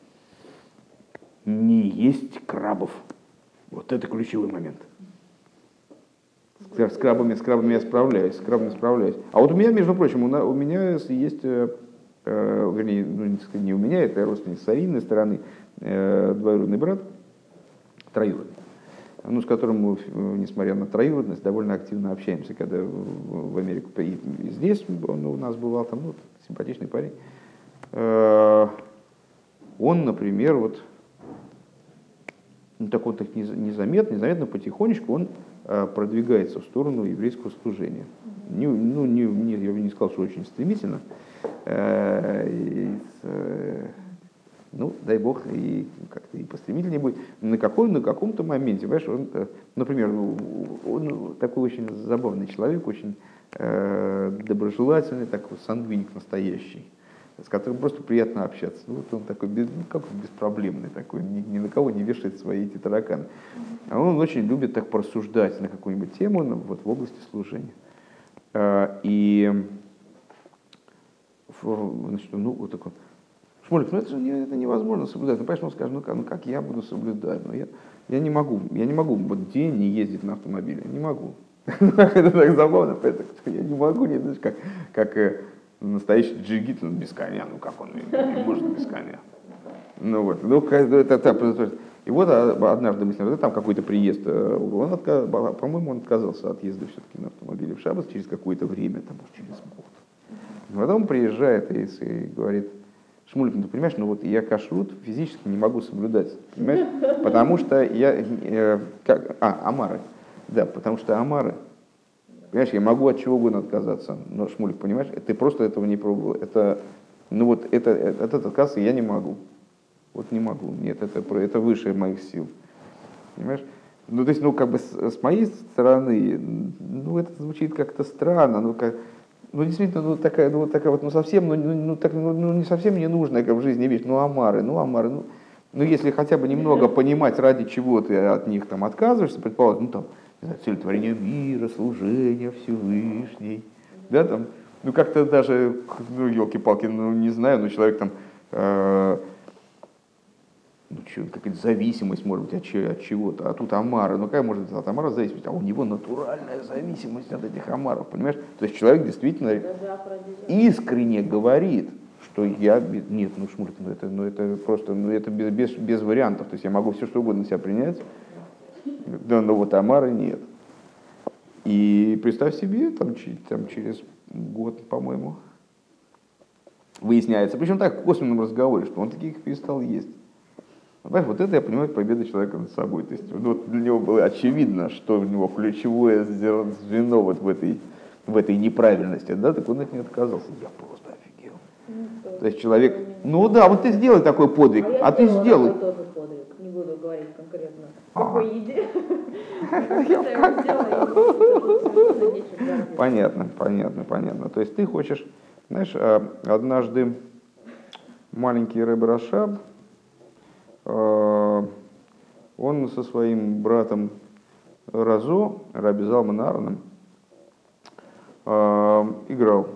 не есть крабов. Вот это ключевой момент. С крабами, с крабами я справляюсь, с крабами справляюсь. А вот у меня, между прочим, у, у меня есть, э, вернее, ну, не у меня, это родственник с Ариной стороны, э, двоюродный брат, троюродный, ну, с которым мы, несмотря на троюродность, довольно активно общаемся, когда в Америку и здесь он у нас бывал, там, ну, симпатичный парень. Он, например, вот, ну, так вот так незаметно, незаметно, потихонечку он продвигается в сторону еврейского служения. Не, ну, не, не, я бы не сказал, что очень стремительно. Ну, дай бог, и как-то и постремительнее будет. На, какой, на каком-то моменте, понимаешь, он, например, он такой очень забавный человек, очень э, доброжелательный, такой сангвиник настоящий, с которым просто приятно общаться. Ну, вот он такой, без, ну, как беспроблемный, такой, ни, ни на кого не вешает свои эти тараканы. А он очень любит так порассуждать на какую-нибудь тему, ну, вот, в области служения. Э, и, значит, ну, вот такой. Шмулик, ну это же не, это невозможно соблюдать. Ну, понимаешь, он скажет, ну как, ну как я буду соблюдать? Ну, я, я не могу, я не могу вот день не ездить на автомобиле, не могу. Это так забавно, я не могу, не знаешь, как, как настоящий джигит, ну, без коня, ну как он не может без коня. Ну вот, ну это так. И вот однажды мы с ним, там какой-то приезд, он отказ, по-моему, он отказался от езды все-таки на автомобиле в шаббат через какое-то время, там, может, через год. Потом приезжает и, и говорит: Шмулик, ну ты понимаешь, ну вот я кашрут физически не могу соблюдать, понимаешь? Потому что я, э, как, а, омары, да, потому что омары, понимаешь, я могу от чего угодно отказаться, но, Шмулик, понимаешь, ты просто этого не пробовал, это, ну вот, это, этот отказ я не могу, вот не могу, нет, это, это выше моих сил, понимаешь? Ну, то есть, ну, как бы с, с моей стороны, ну, это звучит как-то странно, ну, как... Ну, действительно, ну, такая, ну, такая вот, ну, совсем, ну, ну, так, ну, ну, не совсем ненужная как в жизни вещь, ну, омары, ну, омары, ну, ну, если хотя бы немного понимать, ради чего ты от них там отказываешься, предположим, ну, там, не знаю, цель творения мира, служения Всевышней, да, там, ну, как-то даже, ну, елки-палки, ну, не знаю, ну, человек там, э, ну, что, какая-то зависимость, может быть, от, чего- от чего-то, а тут омары. Ну, какая может быть от омара зависимость? А у него натуральная зависимость от этих омаров, понимаешь? То есть человек действительно искренне говорит, что я... Нет, ну, Шмуль, ну, это, ну, это просто, ну, это без, без, без вариантов. То есть я могу все, что угодно себя принять, да, но вот омары нет. И представь себе, там, там через год, по-моему, выясняется, причем так в косвенном разговоре, что он таких перестал есть. Понимаешь, вот это, я понимаю, победа человека над собой. То есть вот для него было очевидно, что у него ключевое звено вот в этой, в этой неправильности, да, так он от нее отказался. Я просто офигел. Ну, то есть человек, ну да, вот ты сделай такой подвиг, а, а ты сделай. Я тоже подвиг, не буду говорить конкретно, в какой еде. Понятно, понятно, понятно. То есть ты хочешь, знаешь, однажды маленький Ребе Рашаб, он со своим братом Разо, Раби Залман Аароном, играл.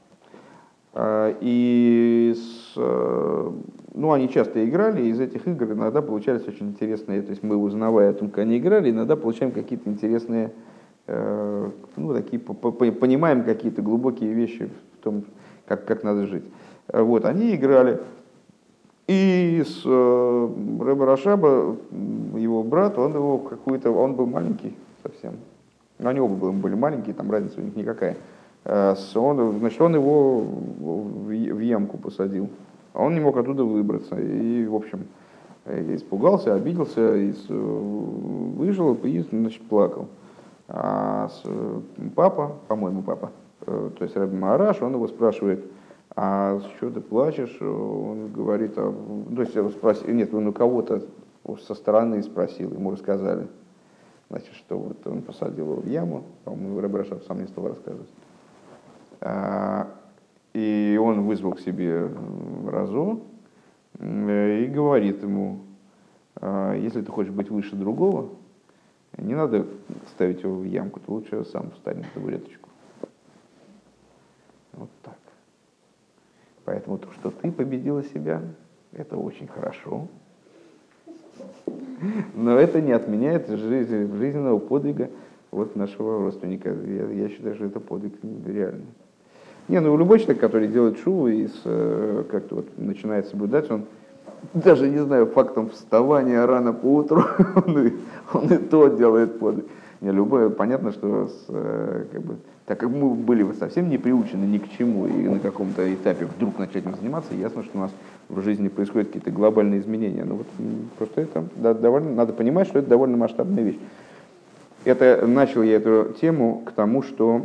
И с, ну, они часто играли, и из этих игр иногда получались очень интересные, то есть мы, узнавая о том, как они играли, иногда получаем какие-то интересные, ну, такие, понимаем какие-то глубокие вещи в том, как, как надо жить. Вот, они играли. И с э, Ребе Рашаба, его брат, он его какую-то, он был маленький совсем, но они оба были маленькие, там разница у них никакая. Э, он, значит, он его в, в ямку посадил, а он не мог оттуда выбраться. И, в общем, испугался, обиделся, и вышел и, значит, плакал. А с, папа, по-моему, папа, э, то есть Ребе Маараш, он его спрашивает: а что ты плачешь? Он говорит, а, то есть он спросил, нет, он у кого-то со стороны спросил, ему рассказали, значит, что вот он посадил его в яму, по-моему, Ребе Рашаб сам не стал рассказывать. А, и он вызвал к себе Разо и говорит ему: а, если ты хочешь быть выше другого, не надо ставить его в ямку, ты лучше сам встань на табуреточку. Вот так. Поэтому то, что ты победила себя, это очень хорошо. Но это не отменяет жизнь, жизненного подвига вот нашего родственника. Я, я считаю, что это подвиг реальный. Не, ну любой человек, который делает шуву и с, как-то вот начинает соблюдать, он даже, не знаю, фактом вставания рано по утру, он, и, он и то делает подвиг. Не, любое, понятно, что с, как бы, так как мы были совсем не приучены ни к чему, и на каком-то этапе вдруг начать этим заниматься, ясно, что у нас в жизни происходят какие-то глобальные изменения. Но вот просто это да, довольно, надо понимать, что это довольно масштабная вещь. Это, начал я эту тему к тому, что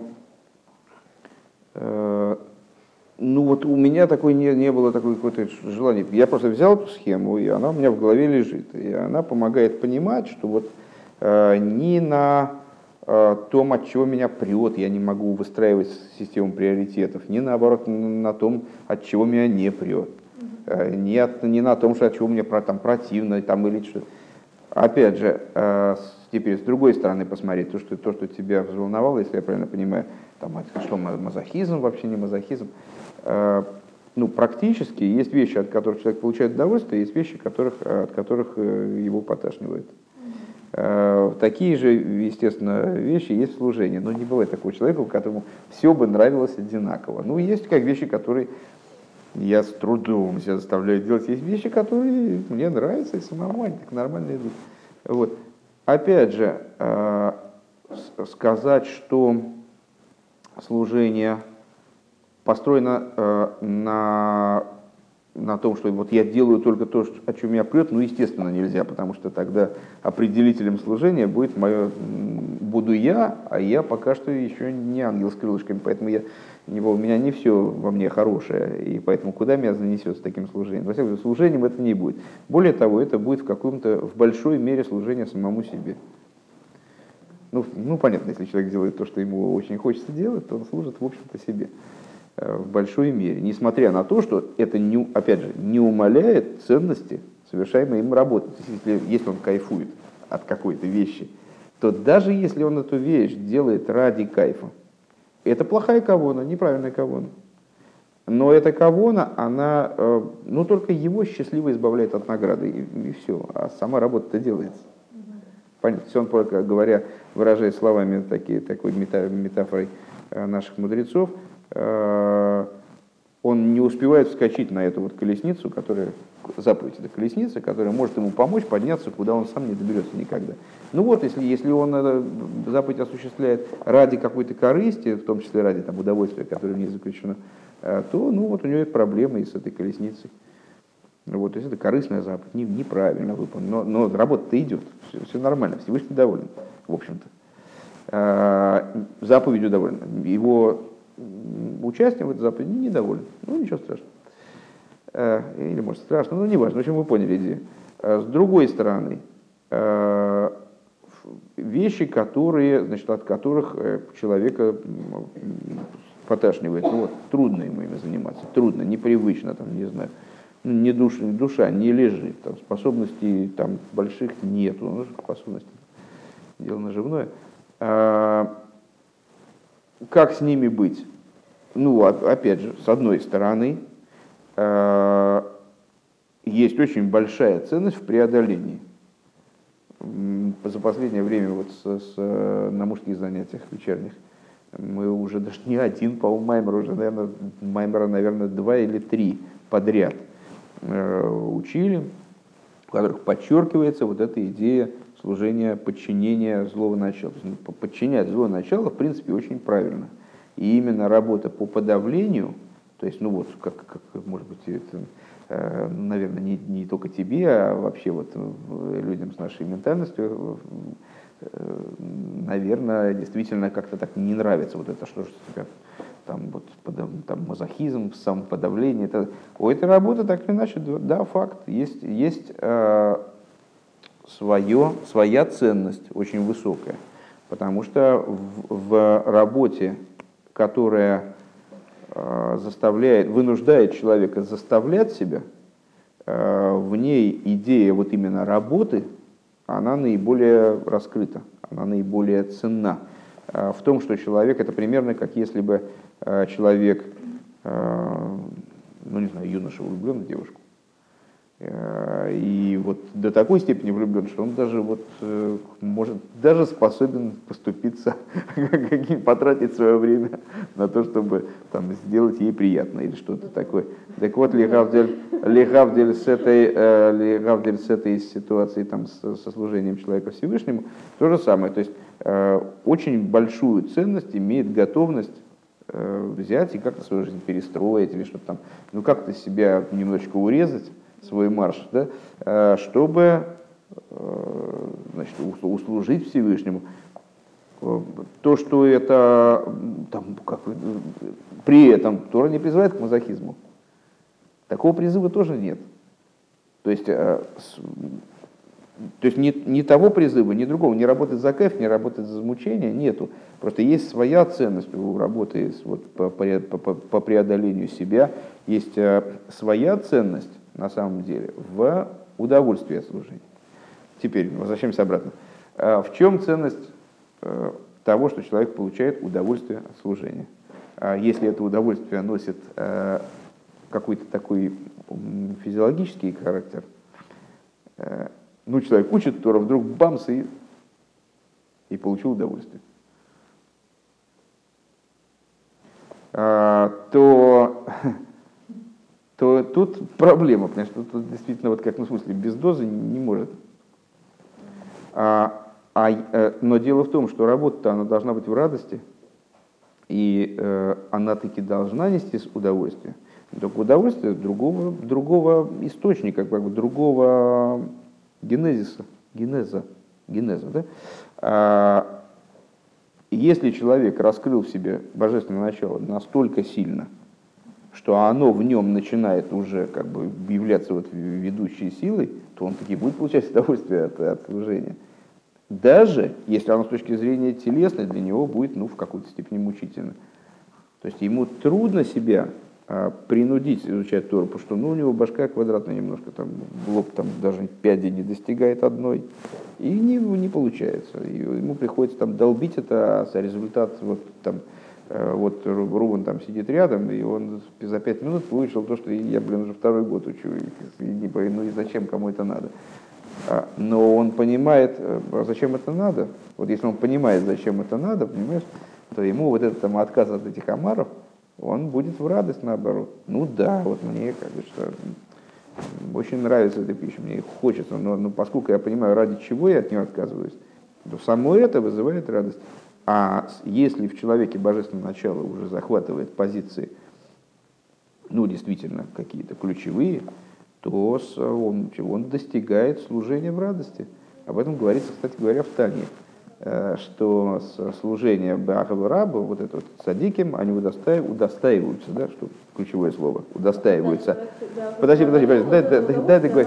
э, ну вот у меня такой не, не было такой какое-то желания. Я просто взял эту схему, и она у меня в голове лежит. И она помогает понимать, что вот э, не на э, том, от чего меня прет, я не могу выстраивать систему приоритетов, не наоборот на том, от чего меня не прет. Э, не, от, не на том, что от чего мне там, противно там, или что. Опять же, э, теперь с другой стороны посмотреть, то, что, то, что тебя взволновало, если я правильно понимаю, там, что мазохизм, вообще не мазохизм. Ну, практически есть вещи, от которых человек получает удовольствие, есть вещи, которых, от которых его поташнивает. Такие же, естественно, вещи есть в служении, но не бывает такого человека, которому все бы нравилось одинаково. Ну, есть как вещи, которые я с трудом себя заставляю делать, есть вещи, которые мне нравятся, и самому они так нормально идут. Вот. Опять же, сказать, что служение построено э, на, на том, что вот я делаю только то, о чем меня прет, ну, естественно, нельзя, потому что тогда определителем служения будет мое, буду я, а я пока что еще не ангел с крылышками, поэтому я, у меня не все во мне хорошее, и поэтому куда меня занесет с таким служением? Во всяком случае, служением это не будет. Более того, это будет в каком-то, в большой мере служение самому себе. Ну, ну, понятно, если человек делает то, что ему очень хочется делать, то он служит, в общем-то, себе. В большой мере, несмотря на то, что это, не, опять же, не умаляет ценности совершаемой им работы. То есть, если, если он кайфует от какой-то вещи, то даже если он эту вещь делает ради кайфа, это плохая кавона, неправильная кавона. Но эта кавона, она, ну, только его счастливо избавляет от награды, и, и все. А сама работа-то делается. Понятно, все он, только говоря, выражая словами такие, такой метафорой наших мудрецов, он не успевает вскочить на эту вот колесницу, которая, заповедь это колесница, которая может ему помочь подняться, куда он сам не доберется никогда. Ну вот, если, если он эту заповедь осуществляет ради какой-то корысти, в том числе ради там, удовольствия, которое в ней заключено, то ну, вот у него есть проблемы и с этой колесницей. Вот, то есть это корыстная заповедь, не, неправильно выполнена, но, но работа-то идет, все, все нормально, Всевышний доволен, в общем-то. Заповедью доволен. Его участием в этой заповеди недоволен. Ну, ничего страшного. Или, может, страшно, но не важно. В общем, вы поняли идею. С другой стороны, вещи, которые, значит, от которых человека поташнивает, ну, вот, трудно ему ими заниматься, трудно, непривычно, там, не знаю, ни душа, ни душа не лежит, там, способностей там, больших нету, ну, способности, дело наживное. Как с ними быть? Ну, опять же, с одной стороны, есть очень большая ценность в преодолении. За последнее время вот с, с, на мужских занятиях вечерних мы уже даже не один, по-моему, маймер, уже, наверное, маймера, наверное, два или три подряд учили, в которых подчеркивается вот эта идея служения, подчинения злого начала. То есть, подчинять злое начало, в принципе, очень правильно. И именно работа по подавлению, то есть, ну вот, как, как может быть, это, наверное, не, не только тебе, а вообще вот людям с нашей ментальностью, наверное, действительно как-то так не нравится вот это, что же там вот там мазохизм, самоподавление. Это, у этой работы так или иначе, да, факт, есть, есть э, свое, своя ценность очень высокая, потому что в, в работе, которая э, заставляет, вынуждает человека заставлять себя, э, в ней идея вот именно работы, она наиболее раскрыта, она наиболее ценна. Э, в том, что человек, это примерно как если бы э, человек, э, ну не знаю, юноша влюблен в девушку, и вот до такой степени влюблен, что он даже вот может, даже способен поступиться, потратить свое время на то, чтобы там, сделать ей приятно или что-то такое. Так вот, легавдель, легавдель с этой, легавдель с этой ситуацией там, со служением человека Всевышнему, то же самое. То есть очень большую ценность имеет готовность взять и как-то свою жизнь перестроить или что-то там, ну как-то себя немножечко урезать, свой марш, да, чтобы значит, услужить Всевышнему. То, что это там, как, при этом Тора не призывает к мазохизму. Такого призыва тоже нет. То есть, то есть ни, ни того призыва, ни другого, не работать за кайф, не работать за замучение нету. Просто есть своя ценность у работы вот, по, по, по преодолению себя, есть своя ценность на самом деле в удовольствии от служения. Теперь возвращаемся обратно. В чем ценность того, что человек получает удовольствие от служения? Если это удовольствие носит какой-то такой физиологический характер, ну, человек учит Тору, вдруг бамс и, и получил удовольствие, то... то тут проблема, потому что тут действительно, вот как, ну, в смысле, без дозы не может. А, а, но дело в том, что работа-то она должна быть в радости, и э, она таки должна нести удовольствие. Только удовольствие другого, другого источника, как бы другого генезиса, генеза, генеза, да? А, если человек раскрыл в себе божественное начало настолько сильно, что оно в нем начинает уже как бы являться вот ведущей силой, то он таки будет получать удовольствие от, от служения. Даже если оно с точки зрения телесной для него будет, ну, в какой-то степени мучительно. То есть ему трудно себя а, принудить изучать Тору, потому что, ну, у него башка квадратная немножко, там, лоб там даже пяди не достигает одной, и не, не получается. И ему приходится там долбить это, а результат вот там Вот Рувен там сидит рядом, и он за пять минут выучил то, что я, блин, уже второй год учу, и, и, ну и зачем, кому это надо. Но он понимает, зачем это надо. Вот если он понимает, зачем это надо, понимаешь, то ему вот этот там, отказ от этих омаров, он будет в радость наоборот. Ну да, вот мне как бы что очень нравится эта пища, мне хочется, но, но поскольку я понимаю, ради чего я от нее отказываюсь, то само это вызывает радость. А если в человеке божественное начало уже захватывает позиции, ну действительно какие-то ключевые, то он, он достигает служения в радости. Об этом говорится, кстати говоря, в Тане, что служение Бахава Раба, вот это вот садиким, они удостаиваются, да, что ключевое слово, удостаиваются. Подожди, подожди, подожди, дай, дай, дай, дай договорить.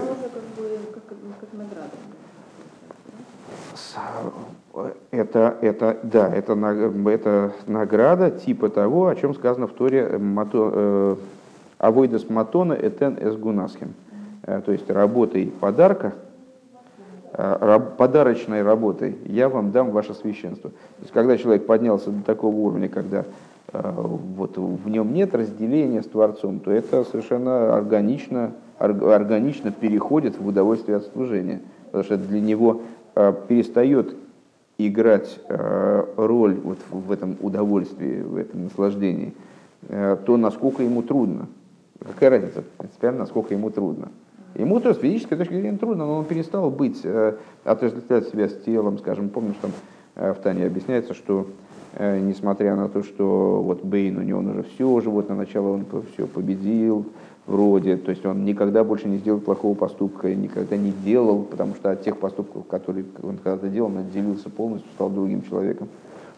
Это, это, да, это, это награда типа того, о чем сказано в Торе «Авойдас матона этен эс гунасхем». То есть работой подарка, подарочной работой я вам дам ваше священство. То есть когда человек поднялся до такого уровня, когда вот, в нем нет разделения с Творцом, то это совершенно органично, органично переходит в удовольствие от служения. Потому что для него перестает играть роль вот в этом удовольствии, в этом наслаждении, то, насколько ему трудно. Какая разница, принципиально, насколько ему трудно. Ему то с физической точки зрения трудно, но он перестал быть, отождествлять себя с телом, скажем, помнишь, там в Тане объясняется, что несмотря на то, что вот Бейн, у него он уже все, животное начало, он все победил, вроде, то есть он никогда больше не сделал плохого поступка, никогда не делал, потому что от тех поступков, которые он когда-то делал, он отделился полностью, стал другим человеком.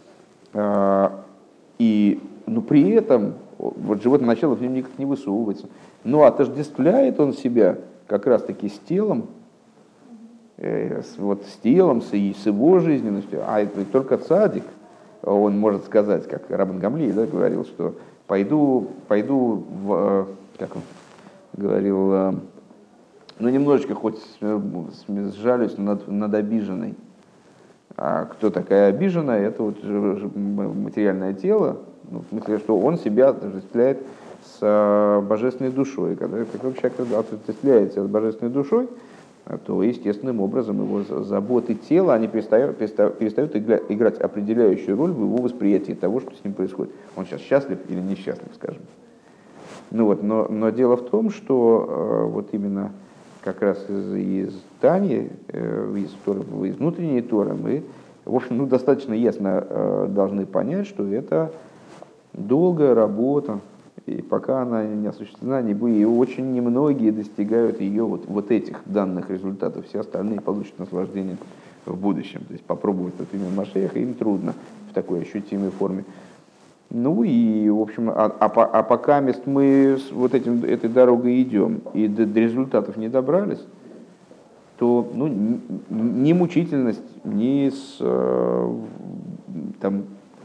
И, ну, при этом вот животное начало в нем никак не высовывается. Но отождествляет он себя как раз-таки с телом, э, с, вот, с телом, с, с его жизненностью, а это только цадик, он может сказать, как Рабан Гамлиэль, да, говорил, что пойду, пойду в, как он говорил, ну немножечко хоть сжалюсь над, над обиженной. А кто такая обиженная? Это вот материальное тело, ну, в смысле, что он себя отождествляет с божественной душой. Когда человек отождествляется с божественной душой, то естественным образом его заботы тела, они перестают, перестают, перестают играть определяющую роль в его восприятии того, что с ним происходит. Он сейчас счастлив или несчастлив, скажем. Ну вот, но, но дело в том, что э, вот именно как раз из, из Тани, э, из, из внутренней Торы мы, в общем, ну, достаточно ясно э, должны понять, что это долгая работа, и пока она не осуществлена, не будет, и очень немногие достигают ее вот, вот этих данных результатов, все остальные получат наслаждение в будущем. То есть попробовать, например, Машеха им трудно в такой ощутимой форме. Ну и, в общем, а, а, а пока мы вот этим, этой дорогой идем и до, до результатов не добрались, то ну, ни мучительность, ни с, э, там,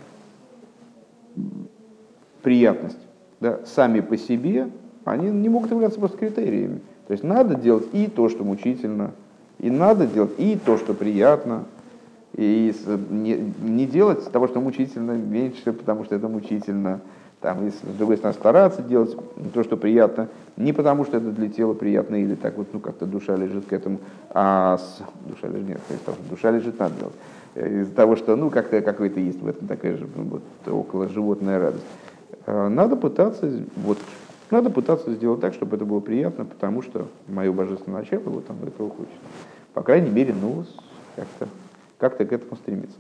приятность, да, сами по себе, они не могут являться просто критериями. То есть надо делать и то, что мучительно, и надо делать и то, что приятно. И не, не делать того, что мучительно, меньше, потому что это мучительно. Там, и, с другой стороны, стараться делать то, что приятно, не потому что это для тела приятно, или так вот, ну, как-то душа лежит к этому, а с... душа лежит, нет, душа лежит, надо делать. Из-за того, что, ну, как-то какой-то есть в этом такая же, вот, около животная радость. Надо пытаться, вот, надо пытаться сделать так, чтобы это было приятно, потому что мое божественное начало, вот оно этого хочет. По крайней мере, ну, как-то как-то к этому стремиться.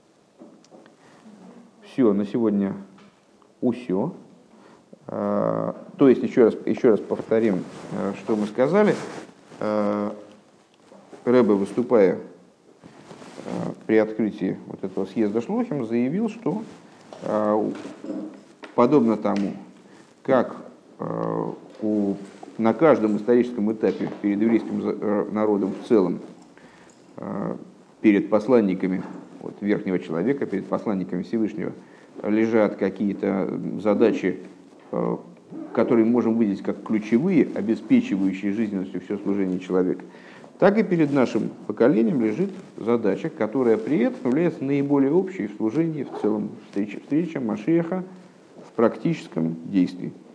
Все, на сегодня усё. То есть, еще раз, еще раз повторим, что мы сказали. Ребе, выступая при открытии вот этого съезда Шлохим, заявил, что подобно тому, как у, на каждом историческом этапе перед еврейским народом в целом, перед посланниками вот, верхнего человека, перед посланниками Всевышнего лежат какие-то задачи, которые мы можем выделить как ключевые, обеспечивающие жизненностью все служение человека. так и перед нашим поколением лежит задача, которая при этом является наиболее общей в служении в целом встречи, встреча Машиаха в практическом действии.